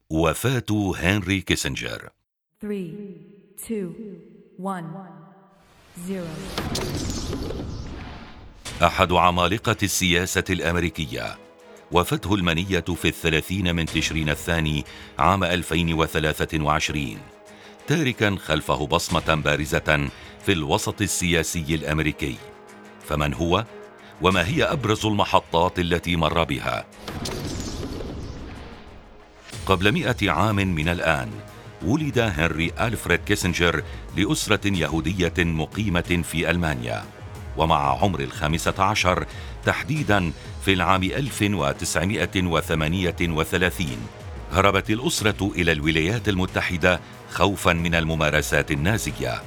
وفاة هنري كيسنجر. 3 2 1 0. أحد عمالقة السياسة الأمريكية، وفاته المنية في 30 من تشرين الثاني عام 2023، تاركا خلفه بصمة بارزة في الوسط السياسي الأمريكي. فمن هو؟ وما هي أبرز المحطات التي مر بها؟ قبل 100 عام من الآن ولد هنري ألفريد كيسنجر لأسرة يهودية مقيمة في ألمانيا، ومع عمر 15 تحديدا في العام 1938 هربت الأسرة إلى الولايات المتحدة خوفا من الممارسات النازية.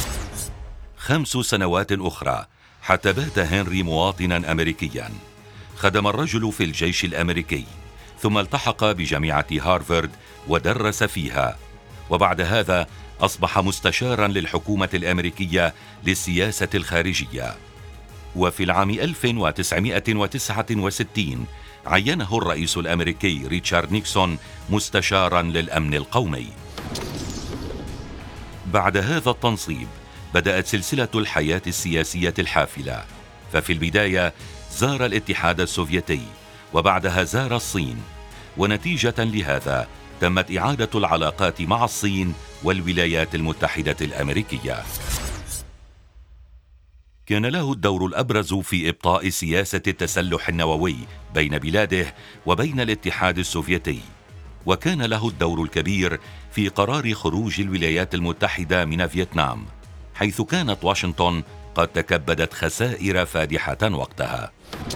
5 سنوات أخرى حتى بات هنري مواطنا أمريكيا. خدم الرجل في الجيش الأمريكي، ثم التحق بجامعة هارفارد ودرس فيها، وبعد هذا أصبح مستشارا للحكومة الأمريكية للسياسة الخارجية. وفي العام 1969 عينه الرئيس الأمريكي ريتشارد نيكسون مستشارا للأمن القومي. بعد هذا التنصيب بدأت سلسلة الحياة السياسية الحافلة، ففي البداية زار الاتحاد السوفيتي، وبعدها زار الصين، ونتيجة لهذا تمت إعادة العلاقات مع الصين والولايات المتحدة الأمريكية. كان له الدور الأبرز في إبطاء سياسة التسلح النووي بين بلاده وبين الاتحاد السوفيتي، وكان له الدور الكبير في قرار خروج الولايات المتحدة من فيتنام، حيث كانت واشنطن قد تكبدت خسائر فادحة وقتها.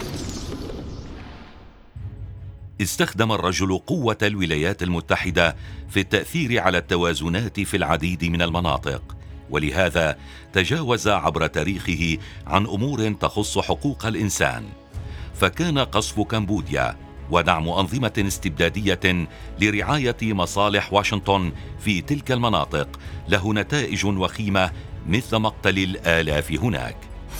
استخدم الرجل قوة الولايات المتحدة في التأثير على التوازنات في العديد من المناطق، ولهذا تجاوز عبر تاريخه عن أمور تخص حقوق الإنسان، فكان قصف كمبوديا ودعم أنظمة استبدادية لرعاية مصالح واشنطن في تلك المناطق له نتائج وخيمة مثل مقتل الآلاف هناك.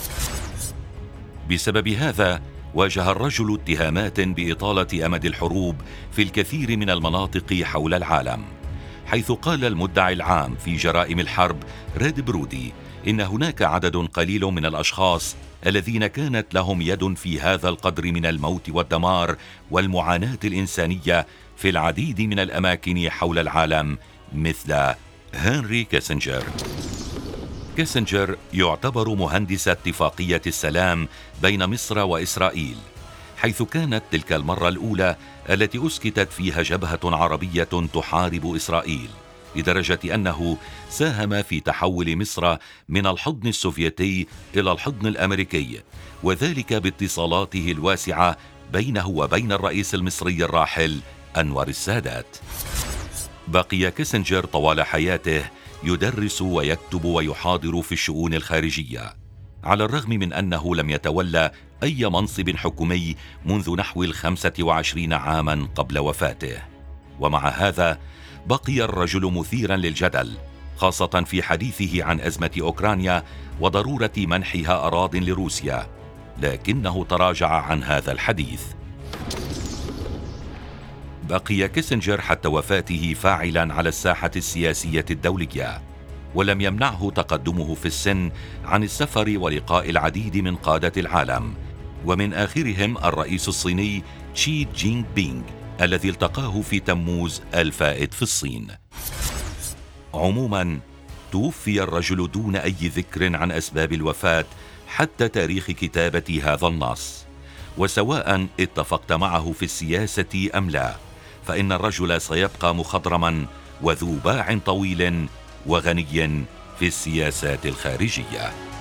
بسبب هذا واجه الرجل اتهامات بإطالة أمد الحروب في الكثير من المناطق حول العالم، حيث قال المدعي العام في جرائم الحرب ريد برودي إن هناك عدد قليل من الأشخاص الذين كانت لهم يد في هذا القدر من الموت والدمار والمعاناة الإنسانية في العديد من الأماكن حول العالم مثل هنري كيسنجر. كيسنجر يعتبر مهندس اتفاقية السلام بين مصر وإسرائيل، حيث كانت تلك المرة الأولى التي أسكتت فيها جبهة عربية تحارب إسرائيل، لدرجة أنه ساهم في تحول مصر من الحضن السوفيتي إلى الحضن الأمريكي، وذلك باتصالاته الواسعة بينه وبين الرئيس المصري الراحل أنور السادات. بقي كيسنجر طوال حياته يدرس ويكتب ويحاضر في الشؤون الخارجية، على الرغم من أنه لم يتولى أي منصب حكومي منذ نحو 25 عاما قبل وفاته. ومع هذا بقي الرجل مثيرا للجدل، خاصة في حديثه عن أزمة أوكرانيا وضرورة منحها أراضٍ لروسيا، لكنه تراجع عن هذا الحديث. بقي كيسنجر حتى وفاته فاعلا على الساحة السياسية الدولية، ولم يمنعه تقدمه في السن عن السفر ولقاء العديد من قادة العالم، ومن آخرهم الرئيس الصيني شي جينغ بينغ الذي التقاه في تموز الفائت في الصين. عموما توفي الرجل دون أي ذكر عن أسباب الوفاة حتى تاريخ كتابة هذا النص، وسواء اتفقت معه في السياسة أم لا، فإن الرجل سيبقى مخضرما وذو باع طويل وغني في السياسات الخارجية.